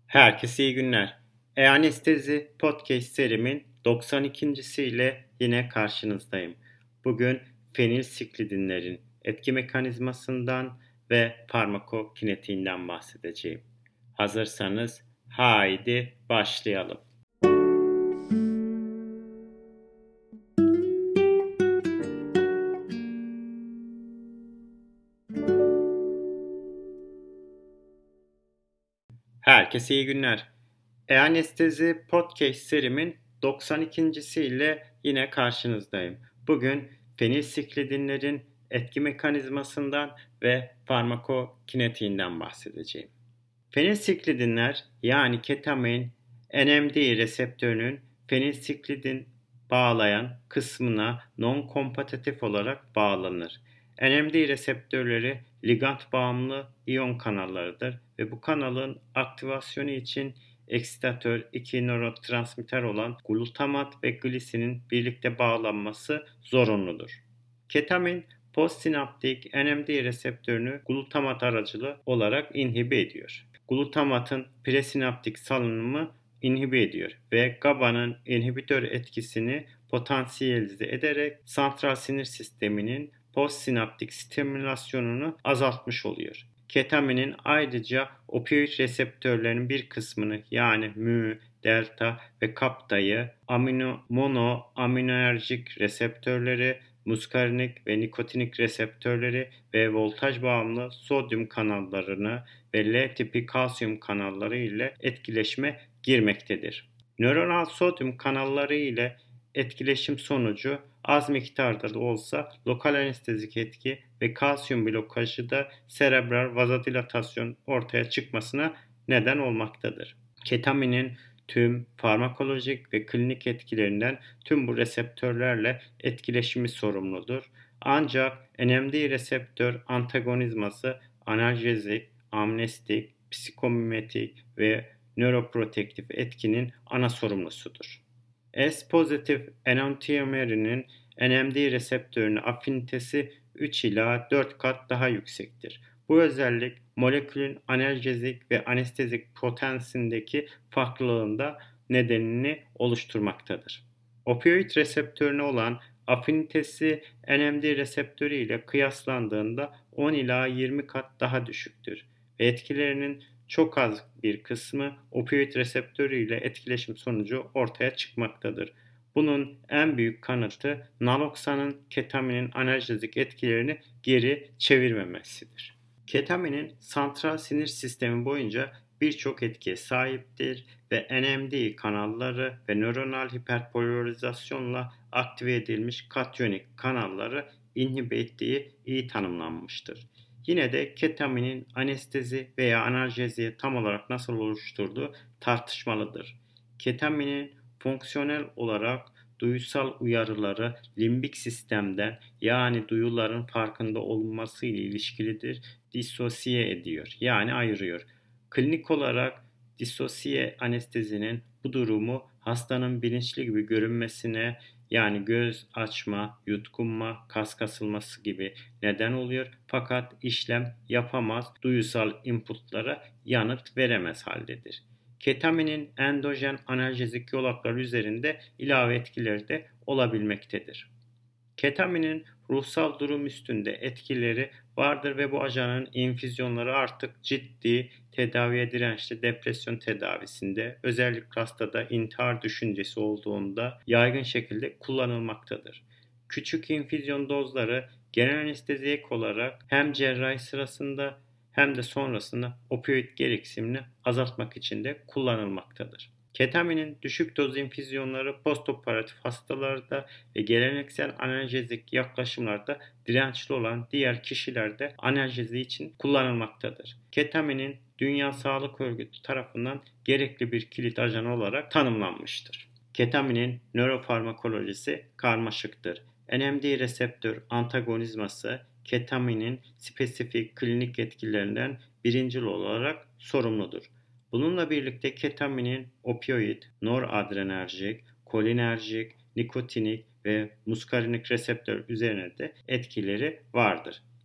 Herkese iyi günler. E-Anestezi Podcast serimin 92. ile yine karşınızdayım. Bugün fenilsiklidinlerin etki mekanizmasından ve farmakokinetiğinden bahsedeceğim. Hazırsanız haydi başlayalım. Herkese iyi günler. E-Anestezi Podcast serimin 92. ile yine karşınızdayım. Bugün fenilsiklidinlerin etki mekanizmasından ve farmakokinetiğinden bahsedeceğim. Fenilsiklidinler yani ketamin, NMDA reseptörünün fenilsiklidin bağlayan kısmına non-kompetitif olarak bağlanır. NMDA reseptörleri ligand bağımlı iyon kanallarıdır ve bu kanalın aktivasyonu için eksitatör 2 nörotransmitter olan glutamat ve glisinin birlikte bağlanması zorunludur. Ketamin postsinaptik NMDA reseptörünü glutamat aracılı olarak inhibe ediyor. Glutamatın presinaptik salınımı inhibe ediyor ve GABA'nın inhibitör etkisini potansiyelize ederek santral sinir sisteminin postsinaptik stimülasyonunu azaltmış oluyor. Ketaminin ayrıca opioid reseptörlerinin bir kısmını yani mu, delta ve kaptayı, monoaminoerjik reseptörleri, muskarinik ve nikotinik reseptörleri ve voltaj bağımlı sodyum kanallarını ve L tipi kalsiyum kanalları ile etkileşime girmektedir. Nöronal sodyum kanalları ile etkileşim sonucu az miktarda da olsa lokal anestezik etki ve kalsiyum blokajı da serebral vazodilatasyon ortaya çıkmasına neden olmaktadır. Ketaminin tüm farmakolojik ve klinik etkilerinden tüm bu reseptörlerle etkileşimi sorumludur. Ancak NMDA reseptör antagonizması analjezik, amnestik, psikomimetik ve nöroprotektif etkinin ana sorumlusudur. S-pozitif enantiomerinin NMDA reseptörüne afinitesi 3 ila 4 kat daha yüksektir. Bu özellik molekülün analjezik ve anestezik potansiyelindeki farklılığında nedenini oluşturmaktadır. Opioid reseptörüne olan afinitesi NMDA reseptörü ile kıyaslandığında 10 ila 20 kat daha düşüktür ve etkilerinin çok az bir kısmı opioid reseptörü ile etkileşim sonucu ortaya çıkmaktadır. Bunun en büyük kanıtı naloksanın ketaminin analjezik etkilerini geri çevirmemesidir. Ketaminin santral sinir sistemi boyunca birçok etkiye sahiptir ve NMDA kanalları ve nöronal hiperpolarizasyonla aktive edilmiş katyonik kanalları inhibe ettiği iyi tanımlanmıştır. Yine de ketaminin anestezi veya analjeziyi tam olarak nasıl oluşturduğu tartışmalıdır. Ketaminin fonksiyonel olarak duyusal uyarıları limbik sistemden yani duyuların farkında olunması ile ilişkilidir, disosiye ediyor yani ayırıyor. Klinik olarak disosiye anestezinin bu durumu hastanın bilinçli gibi görünmesine yani göz açma, yutkunma, kas kasılması gibi neden oluyor fakat işlem yapamaz, duyusal inputlara yanıt veremez haldedir. Ketaminin endojen analjezik yolaklar üzerinde ilave etkileri de olabilmektedir. Ketaminin ruhsal durum üstünde etkileri vardır ve bu ajanın infüzyonları artık ciddi tedaviye dirençli depresyon tedavisinde özellikle hastada intihar düşüncesi olduğunda yaygın şekilde kullanılmaktadır. Küçük infüzyon dozları genel anestezi ek olarak hem cerrahi sırasında hem de sonrasında opioid gereksinimini azaltmak için de kullanılmaktadır. Ketaminin düşük doz infüzyonları postoperatif hastalarda ve geleneksel analjezik yaklaşımlarda dirençli olan diğer kişilerde analjezi için kullanılmaktadır. Ketaminin Dünya Sağlık Örgütü tarafından gerekli bir kilit ajanı olarak tanımlanmıştır. Ketaminin nörofarmakolojisi karmaşıktır. NMDA reseptör antagonizması ketaminin spesifik klinik etkilerinden birincil olarak sorumludur. Bununla birlikte ketaminin opioid, noradrenerjik, kolinerjik, nikotinik ve muskarinik reseptör üzerine de etkileri vardır.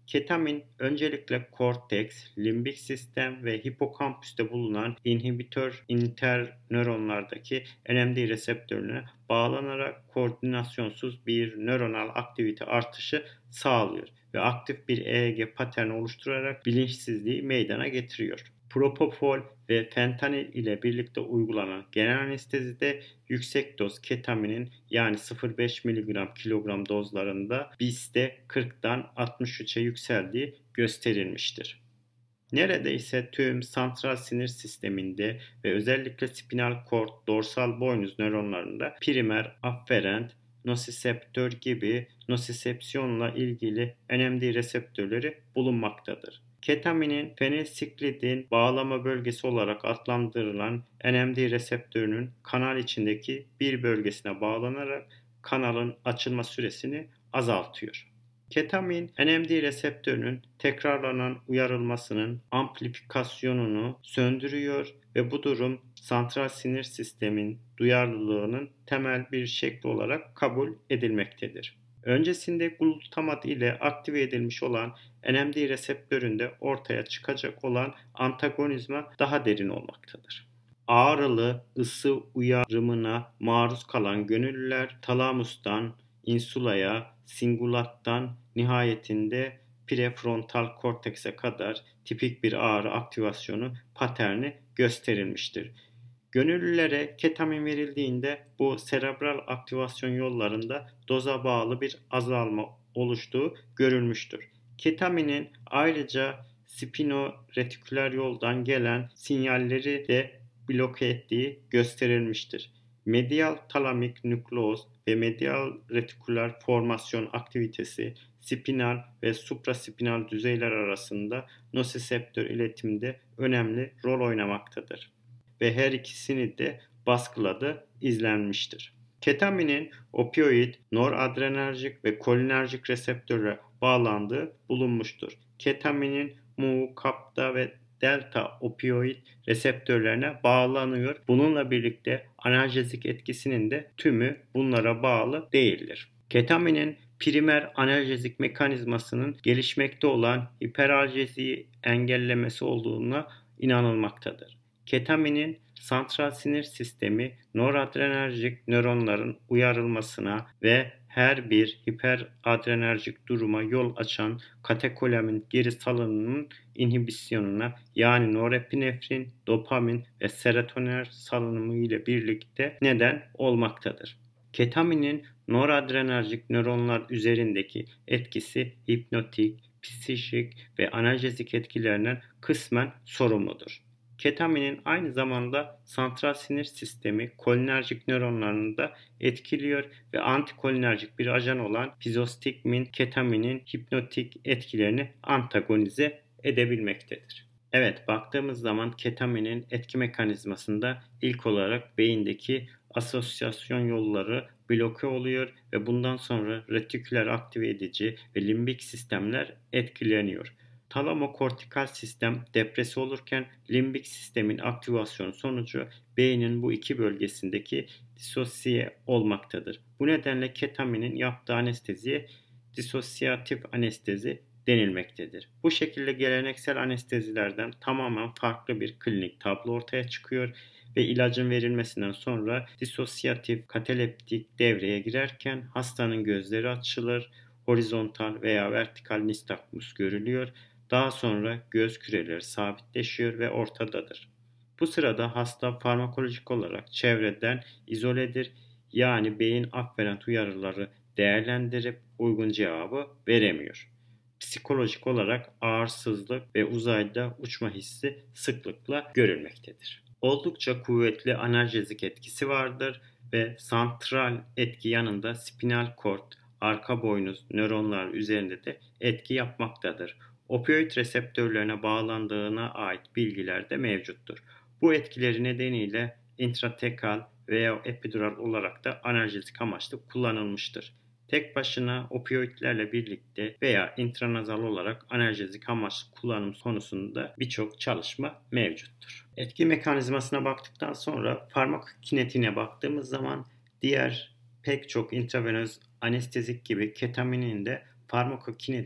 Ketamin öncelikle korteks, limbik sistem ve hipokampüste bulunan inhibitör internöronlardaki NMD reseptörüne bağlanarak koordinasyonsuz bir nöronal aktivite artışı sağlıyor ve aktif bir EEG paterni oluşturarak bilinçsizliği meydana getiriyor. Propofol ve fentanil ile birlikte uygulanan genel anestezide yüksek doz ketaminin yani 0,5 mg kilogram dozlarında BIS'te 40'dan 63'e yükseldiği gösterilmiştir. Neredeyse tüm santral sinir sisteminde ve özellikle spinal kort, dorsal boynuz nöronlarında primer, afferent, nosiseptör gibi nosisepsiyonla ilgili NMD reseptörleri bulunmaktadır. Ketaminin fenilsiklidin bağlama bölgesi olarak adlandırılan NMD reseptörünün kanal içindeki bir bölgesine bağlanarak kanalın açılma süresini azaltıyor. Ketamin, NMD reseptörünün tekrarlanan uyarılmasının amplifikasyonunu söndürüyor ve bu durum santral sinir sistemin duyarlılığının temel bir şekli olarak kabul edilmektedir. Öncesinde glutamat ile aktive edilmiş olan NMD reseptöründe ortaya çıkacak olan antagonizma daha derin olmaktadır. Ağrılı ısı uyarımına maruz kalan gönüllüler talamustan insulaya, singulattan nihayetinde prefrontal kortekse kadar tipik bir ağrı aktivasyonu paterni gösterilmiştir. Gönüllülere ketamin verildiğinde bu serebral aktivasyon yollarında doza bağlı bir azalma oluştuğu görülmüştür. Ketaminin ayrıca spinoretiküler yoldan gelen sinyalleri de bloke ettiği gösterilmiştir. Medial talamik nükleoz ve medial retiküler formasyon aktivitesi spinal ve supraspinal düzeyler arasında nosiseptör iletiminde önemli rol oynamaktadır ve her ikisini de baskıladığı izlenmiştir. Ketaminin opioid, noradrenerjik ve kolinerjik reseptöre bağlandığı bulunmuştur. Ketaminin mu, kapta ve delta opioid reseptörlerine bağlanıyor. Bununla birlikte analjezik etkisinin de tümü bunlara bağlı değildir. Ketaminin primer analjezik mekanizmasının gelişmekte olan hiperaljeziyi engellemesi olduğuna inanılmaktadır. Ketaminin santral sinir sistemi noradrenerjik nöronların uyarılmasına ve her bir hiperadrenerjik duruma yol açan katekolamin geri salınımının inhibisyonuna yani norepinefrin, dopamin ve serotonin salınımı ile birlikte neden olmaktadır. Ketaminin noradrenerjik nöronlar üzerindeki etkisi hipnotik, psikik ve analjezik etkilerinden kısmen sorumludur. Ketaminin aynı zamanda santral sinir sistemi kolinerjik nöronlarını da etkiliyor ve antikolinerjik bir ajan olan pizostigmin ketaminin hipnotik etkilerini antagonize edebilmektedir. Evet, baktığımız zaman ketaminin etki mekanizmasında ilk olarak beyindeki asosyasyon yolları bloke oluyor ve bundan sonra retiküler aktive edici ve limbik sistemler etkileniyor. Talamokortikal sistem depresi olurken limbik sistemin aktivasyonu sonucu beynin bu iki bölgesindeki disosiye olmaktadır. Bu nedenle ketaminin yaptığı anesteziye disosiyatif anestezi denilmektedir. Bu şekilde geleneksel anestezilerden tamamen farklı bir klinik tablo ortaya çıkıyor ve ilacın verilmesinden sonra disosiyatif kataleptik devreye girerken hastanın gözleri açılır, horizontal veya vertikal nistagmus görülüyor. Daha sonra göz küreleri sabitleşiyor ve ortadadır. Bu sırada hasta farmakolojik olarak çevreden izoledir, yani beyin afferent uyarıları değerlendirip uygun cevabı veremiyor. Psikolojik olarak ağırsızlık ve uzayda uçma hissi sıklıkla görülmektedir. Oldukça kuvvetli analjezik etkisi vardır ve santral etki yanında spinal kort, arka boynuz nöronlar üzerinde de etki yapmaktadır. Opioid reseptörlerine bağlandığına ait bilgiler de mevcuttur. Bu etkileri nedeniyle intratekal veya epidural olarak da analjezik amaçlı kullanılmıştır. Tek başına opioidlerle birlikte veya intranazal olarak analjezik amaçlı kullanım konusunda birçok çalışma mevcuttur. Etki mekanizmasına baktıktan sonra farmakokinetiğine baktığımız zaman diğer pek çok intravenöz anestezik gibi ketaminin de farmakokinetiği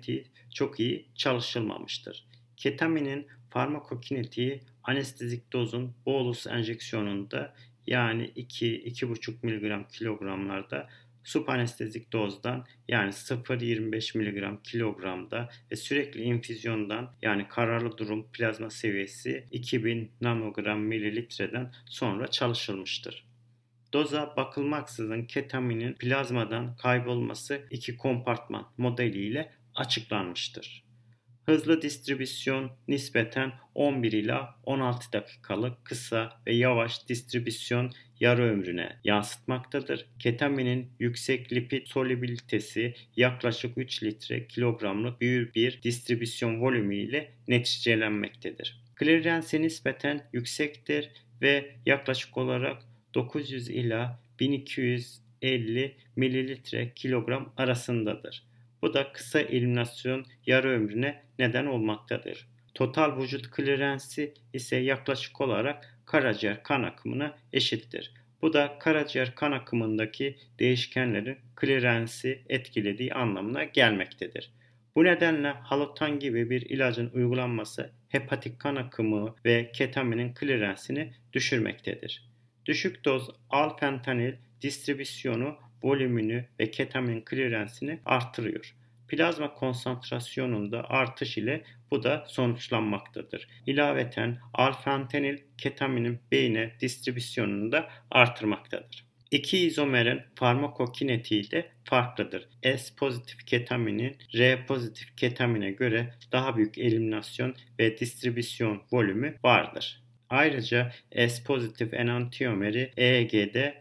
çok iyi çalışılmamıştır. Ketaminin farmakokinetiği anestezik dozun bolus enjeksiyonunda yani 2-2,5 mg kilogramlarda, subanestezik dozdan yani 0,25 mg kilogramda ve sürekli infüzyondan yani kararlı durum plazma seviyesi 2000 nanogram mililitreden sonra çalışılmıştır. Doza bakılmaksızın ketaminin plazmadan kaybolması iki kompartman modeliyle açıklanmıştır. Hızlı distribüsyon nispeten 11 ila 16 dakikalık kısa ve yavaş distribüsyon yarı ömrüne yansıtmaktadır. Ketaminin yüksek lipid solubilitesi yaklaşık 3 litre kilogramlık büyük bir distribüsyon volümü ile neticelenmektedir. Klirensi nispeten yüksektir ve yaklaşık olarak 900 ila 1250 mililitre kilogram arasındadır. Bu da kısa eliminasyon yarı ömrüne neden olmaktadır. Total vücut klirensi ise yaklaşık olarak karaciğer kan akımına eşittir. Bu da karaciğer kan akımındaki değişkenlerin klirensi etkilediği anlamına gelmektedir. Bu nedenle halotan gibi bir ilacın uygulanması hepatik kan akımı ve ketaminin klirensini düşürmektedir. Düşük doz alfentanil distribüsyonu volümünü ve ketamin klirensini artırıyor. Plazma konsantrasyonunda artış ile bu da sonuçlanmaktadır. İlaveten alfentanil ketaminin beyne distribüsyonunu da artırmaktadır. İki izomerin farmakokinetiği de farklıdır. S pozitif ketaminin R pozitif ketamine göre daha büyük eliminasyon ve distribüsyon volümü vardır. Ayrıca S pozitif enantiyomeri EEG'de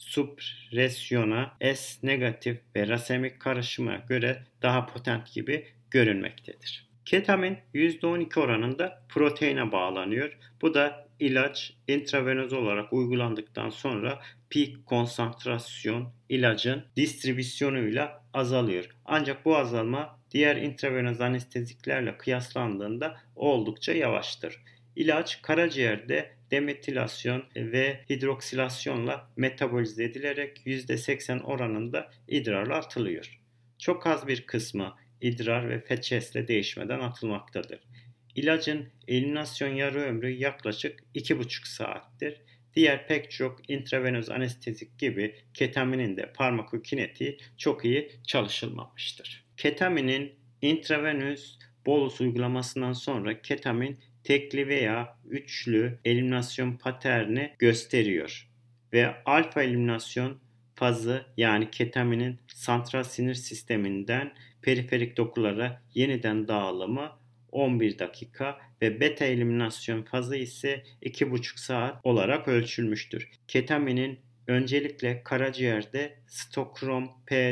supresyona S negatif ve rasemik karışıma göre daha potent gibi görünmektedir. Ketamin %12 oranında proteine bağlanıyor. Bu da ilaç intravenöz olarak uygulandıktan sonra peak konsantrasyon ilacın distribüsyonuyla azalıyor. Ancak bu azalma diğer intravenöz anesteziklerle kıyaslandığında oldukça yavaştır. İlaç karaciğerde demetilasyon ve hidroksilasyonla metabolize edilerek %80 oranında idrarla atılıyor. Çok az bir kısmı idrar ve feçesle değişmeden atılmaktadır. İlacın eliminasyon yarı ömrü yaklaşık 2,5 saattir. Diğer pek çok intravenöz anestezik gibi ketaminin de farmakokinetiği çok iyi çalışılmamıştır. Ketaminin intravenöz bolus uygulamasından sonra ketamin tekli veya üçlü eliminasyon paterni gösteriyor ve alfa eliminasyon fazı yani ketaminin santral sinir sisteminden periferik dokulara yeniden dağılımı 11 dakika ve beta eliminasyon fazı ise 2,5 saat olarak ölçülmüştür. Ketaminin öncelikle karaciğerde stokrom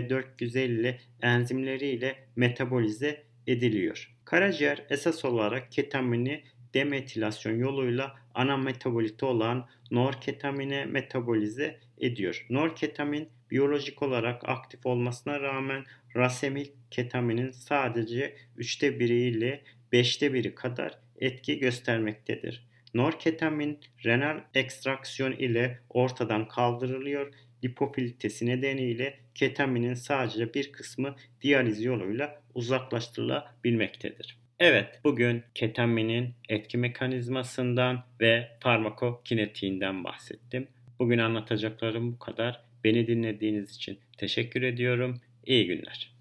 P450 enzimleriyle metabolize ediliyor. Karaciğer esas olarak ketamini demetilasyon yoluyla ana metaboliti olan norketamine metabolize ediyor. Norketamin biyolojik olarak aktif olmasına rağmen rasemik ketaminin sadece 1/3 ile 1/5 kadar etki göstermektedir. Norketamin renal ekstraksiyon ile ortadan kaldırılıyor. Lipofilitesi nedeniyle ketaminin sadece bir kısmı diyaliz yoluyla uzaklaştırılabilmektedir. Evet, bugün ketaminin etki mekanizmasından ve farmakokinetiğinden bahsettim. Bugün anlatacaklarım bu kadar. Beni dinlediğiniz için teşekkür ediyorum. İyi günler.